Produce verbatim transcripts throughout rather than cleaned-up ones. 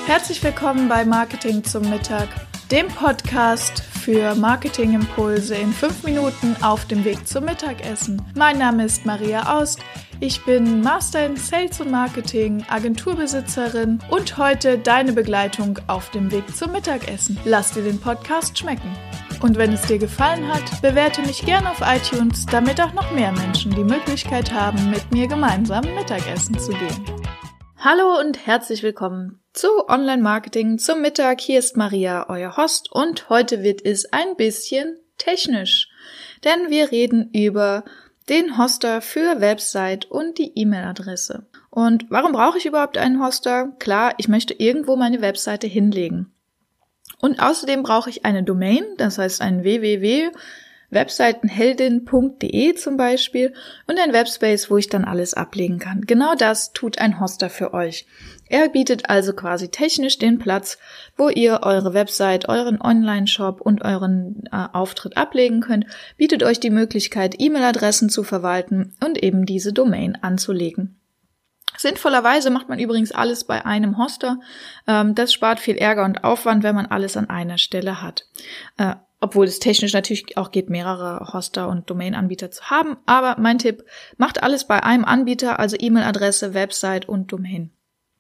Herzlich willkommen bei Marketing zum Mittag, dem Podcast für Marketingimpulse in fünf Minuten auf dem Weg zum Mittagessen. Mein Name ist Maria Aust, ich bin Master in Sales und Marketing, Agenturbesitzerin und heute deine Begleitung auf dem Weg zum Mittagessen. Lass dir den Podcast schmecken. Und wenn es dir gefallen hat, bewerte mich gerne auf iTunes, damit auch noch mehr Menschen die Möglichkeit haben, mit mir gemeinsam Mittagessen zu gehen. Hallo und herzlich willkommen zu Online-Marketing zum Mittag. Hier ist Maria, euer Host, und heute wird es ein bisschen technisch, denn wir reden über den Hoster für Website und die E-Mail-Adresse. Und warum brauche ich überhaupt einen Hoster? Klar, ich möchte irgendwo meine Webseite hinlegen. Und außerdem brauche ich eine Domain, das heißt ein w w w punkt webseitenheldin punkt de zum Beispiel, und ein Webspace, wo ich dann alles ablegen kann. Genau das tut ein Hoster für euch. Er bietet also quasi technisch den Platz, wo ihr eure Website, euren Online-Shop und euren äh, Auftritt ablegen könnt, bietet euch die Möglichkeit, E-Mail-Adressen zu verwalten und eben diese Domain anzulegen. Sinnvollerweise macht man übrigens alles bei einem Hoster. Ähm, das spart viel Ärger und Aufwand, wenn man alles an einer Stelle hat. Äh, obwohl es technisch natürlich auch geht, mehrere Hoster und Domain-Anbieter zu haben. Aber mein Tipp, macht alles bei einem Anbieter, also E-Mail-Adresse, Website und Domain.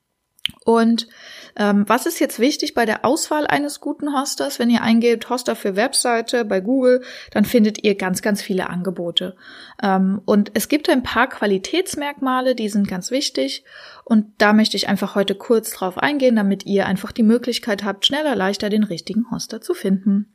Und ähm, was ist jetzt wichtig bei der Auswahl eines guten Hosters? Wenn ihr eingebt Hoster für Webseite bei Google, dann findet ihr ganz, ganz viele Angebote. Ähm, und es gibt ein paar Qualitätsmerkmale, die sind ganz wichtig. Und da möchte ich einfach heute kurz drauf eingehen, damit ihr einfach die Möglichkeit habt, schneller, leichter den richtigen Hoster zu finden.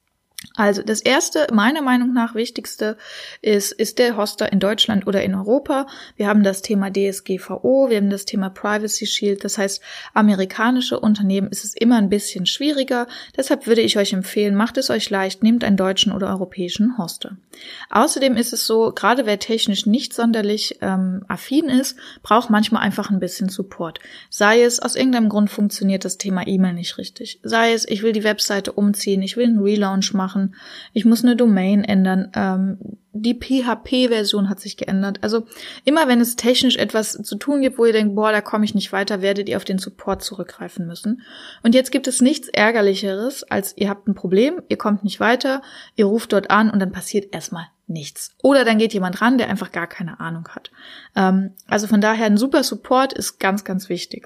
Also das erste, meiner Meinung nach wichtigste, ist, ist der Hoster in Deutschland oder in Europa. Wir haben das Thema D S G V O, wir haben das Thema Privacy Shield. Das heißt, amerikanische Unternehmen ist es immer ein bisschen schwieriger. Deshalb würde ich euch empfehlen, macht es euch leicht, nehmt einen deutschen oder europäischen Hoster. Außerdem ist es so, gerade wer technisch nicht sonderlich ähm, affin ist, braucht manchmal einfach ein bisschen Support. Sei es, aus irgendeinem Grund funktioniert das Thema E-Mail nicht richtig. Sei es, ich will die Webseite umziehen, ich will einen Relaunch machen, ich muss eine Domain ändern, ähm, die P H P-Version hat sich geändert. Also immer wenn es technisch etwas zu tun gibt, wo ihr denkt, boah, da komme ich nicht weiter, werdet ihr auf den Support zurückgreifen müssen. Und jetzt gibt es nichts Ärgerlicheres, als ihr habt ein Problem, ihr kommt nicht weiter, ihr ruft dort an und dann passiert erstmal nichts. Oder dann geht jemand ran, der einfach gar keine Ahnung hat. Ähm, also von daher ein super Support ist ganz, ganz wichtig.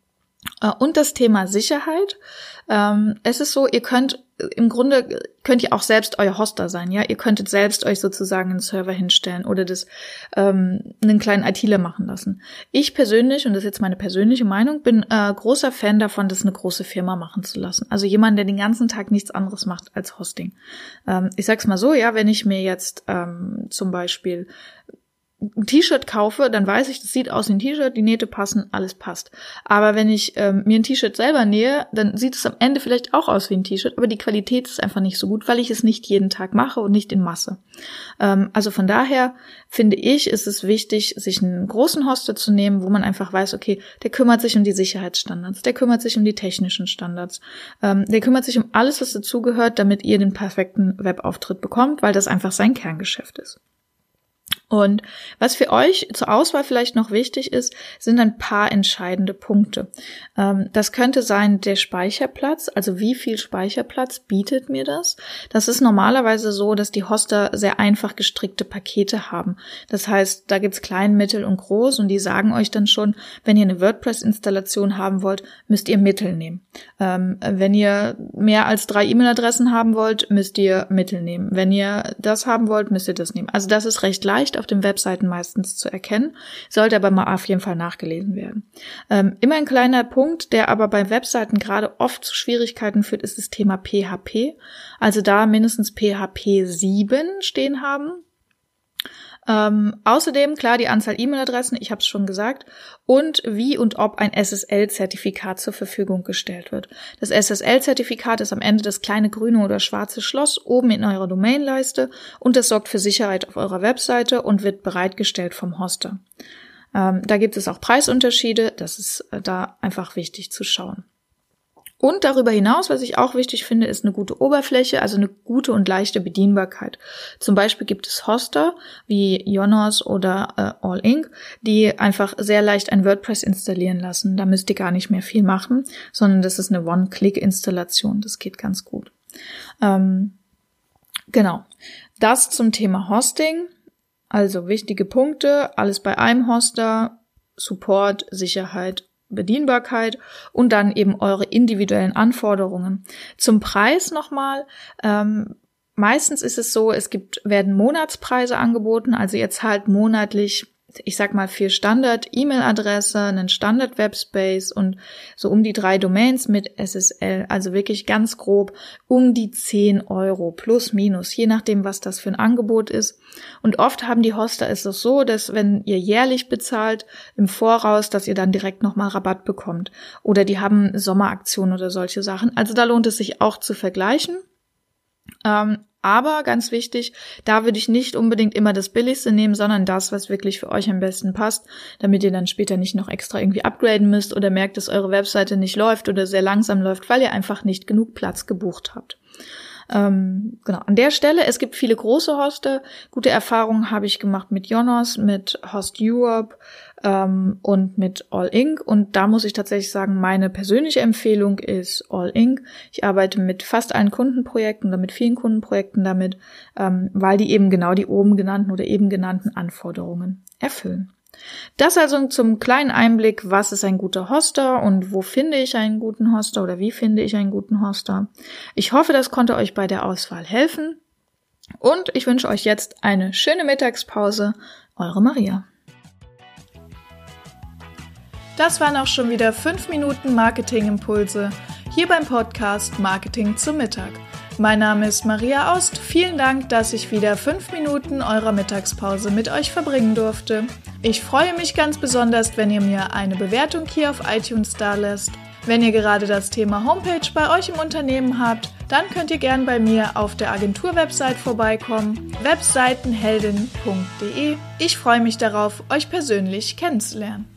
Äh, und das Thema Sicherheit. Ähm, es ist so, ihr könnt im Grunde könnt ihr auch selbst euer Hoster sein, ja. Ihr könntet selbst euch sozusagen einen Server hinstellen oder das ähm, einen kleinen ITler machen lassen. Ich persönlich, und das ist jetzt meine persönliche Meinung, bin äh, großer Fan davon, das eine große Firma machen zu lassen. Also jemand, der den ganzen Tag nichts anderes macht als Hosting. Ähm, ich sag's mal so, ja, wenn ich mir jetzt ähm, zum Beispiel ein T-Shirt kaufe, dann weiß ich, das sieht aus wie ein T-Shirt, die Nähte passen, alles passt. Aber wenn ich ähm, mir ein T-Shirt selber nähe, dann sieht es am Ende vielleicht auch aus wie ein T-Shirt, aber die Qualität ist einfach nicht so gut, weil ich es nicht jeden Tag mache und nicht in Masse. Ähm, also von daher finde ich, ist es wichtig, sich einen großen Hoster zu nehmen, wo man einfach weiß, okay, der kümmert sich um die Sicherheitsstandards, der kümmert sich um die technischen Standards, ähm, der kümmert sich um alles, was dazugehört, damit ihr den perfekten Webauftritt bekommt, weil das einfach sein Kerngeschäft ist. Und was für euch zur Auswahl vielleicht noch wichtig ist, sind ein paar entscheidende Punkte. Ähm, das könnte sein der Speicherplatz, also wie viel Speicherplatz bietet mir das? Das ist normalerweise so, dass die Hoster sehr einfach gestrickte Pakete haben. Das heißt, da gibt's klein, mittel und groß, und die sagen euch dann schon, wenn ihr eine WordPress-Installation haben wollt, müsst ihr Mittel nehmen. Ähm, wenn ihr mehr als drei E-Mail-Adressen haben wollt, müsst ihr Mittel nehmen. Wenn ihr das haben wollt, müsst ihr das nehmen. Also das ist recht leicht auf den Webseiten meistens zu erkennen, sollte aber mal auf jeden Fall nachgelesen werden. Ähm, immer ein kleiner Punkt, der aber bei Webseiten gerade oft zu Schwierigkeiten führt, ist das Thema P H P. Also da mindestens P H P sieben stehen haben. Ähm, außerdem, klar, die Anzahl E-Mail-Adressen, ich habe es schon gesagt, und wie und ob ein S S L-Zertifikat zur Verfügung gestellt wird. Das S S L-Zertifikat ist am Ende das kleine grüne oder schwarze Schloss oben in eurer Domainleiste, und das sorgt für Sicherheit auf eurer Webseite und wird bereitgestellt vom Hoster. Ähm, da gibt es auch Preisunterschiede, das ist äh, da einfach wichtig zu schauen. Und darüber hinaus, was ich auch wichtig finde, ist eine gute Oberfläche, also eine gute und leichte Bedienbarkeit. Zum Beispiel gibt es Hoster wie Yonos oder äh, All Ink, die einfach sehr leicht ein WordPress installieren lassen. Da müsst ihr gar nicht mehr viel machen, sondern das ist eine One-Click-Installation. Das geht ganz gut. Ähm, genau. Das zum Thema Hosting. Also wichtige Punkte, alles bei einem Hoster, Support, Sicherheit, Bedienbarkeit und dann eben eure individuellen Anforderungen. Zum Preis nochmal. Ähm, meistens ist es so, es gibt, werden Monatspreise angeboten, also ihr zahlt monatlich, ich sag mal, für Standard-E-Mail-Adresse, einen Standard-Webspace und so um die drei Domains mit S S L, also wirklich ganz grob um die zehn Euro plus minus, je nachdem, was das für ein Angebot ist. Und oft haben die Hoster es so, dass wenn ihr jährlich bezahlt im Voraus, dass ihr dann direkt nochmal Rabatt bekommt. Oder die haben Sommeraktionen oder solche Sachen. Also da lohnt es sich auch zu vergleichen. Ähm, Aber ganz wichtig, da würde ich nicht unbedingt immer das Billigste nehmen, sondern das, was wirklich für euch am besten passt, damit ihr dann später nicht noch extra irgendwie upgraden müsst oder merkt, dass eure Webseite nicht läuft oder sehr langsam läuft, weil ihr einfach nicht genug Platz gebucht habt. Ähm, genau, an der Stelle, es gibt viele große Hoster. Gute Erfahrungen habe ich gemacht mit Yonos, mit Host Europe ähm, und mit All Ink. Und da muss ich tatsächlich sagen, meine persönliche Empfehlung ist All Ink. Ich arbeite mit fast allen Kundenprojekten oder mit vielen Kundenprojekten damit, ähm, weil die eben genau die oben genannten oder eben genannten Anforderungen erfüllen. Das also zum kleinen Einblick, was ist ein guter Hoster und wo finde ich einen guten Hoster oder wie finde ich einen guten Hoster. Ich hoffe, das konnte euch bei der Auswahl helfen und ich wünsche euch jetzt eine schöne Mittagspause. Eure Maria. Das waren auch schon wieder fünf Minuten Marketingimpulse hier beim Podcast Marketing zum Mittag. Mein Name ist Maria Aust. Vielen Dank, dass ich wieder fünf Minuten eurer Mittagspause mit euch verbringen durfte. Ich freue mich ganz besonders, wenn ihr mir eine Bewertung hier auf iTunes dalässt. Wenn ihr gerade das Thema Homepage bei euch im Unternehmen habt, dann könnt ihr gern bei mir auf der Agentur-Website vorbeikommen, webseitenheldin punkt de. Ich freue mich darauf, euch persönlich kennenzulernen.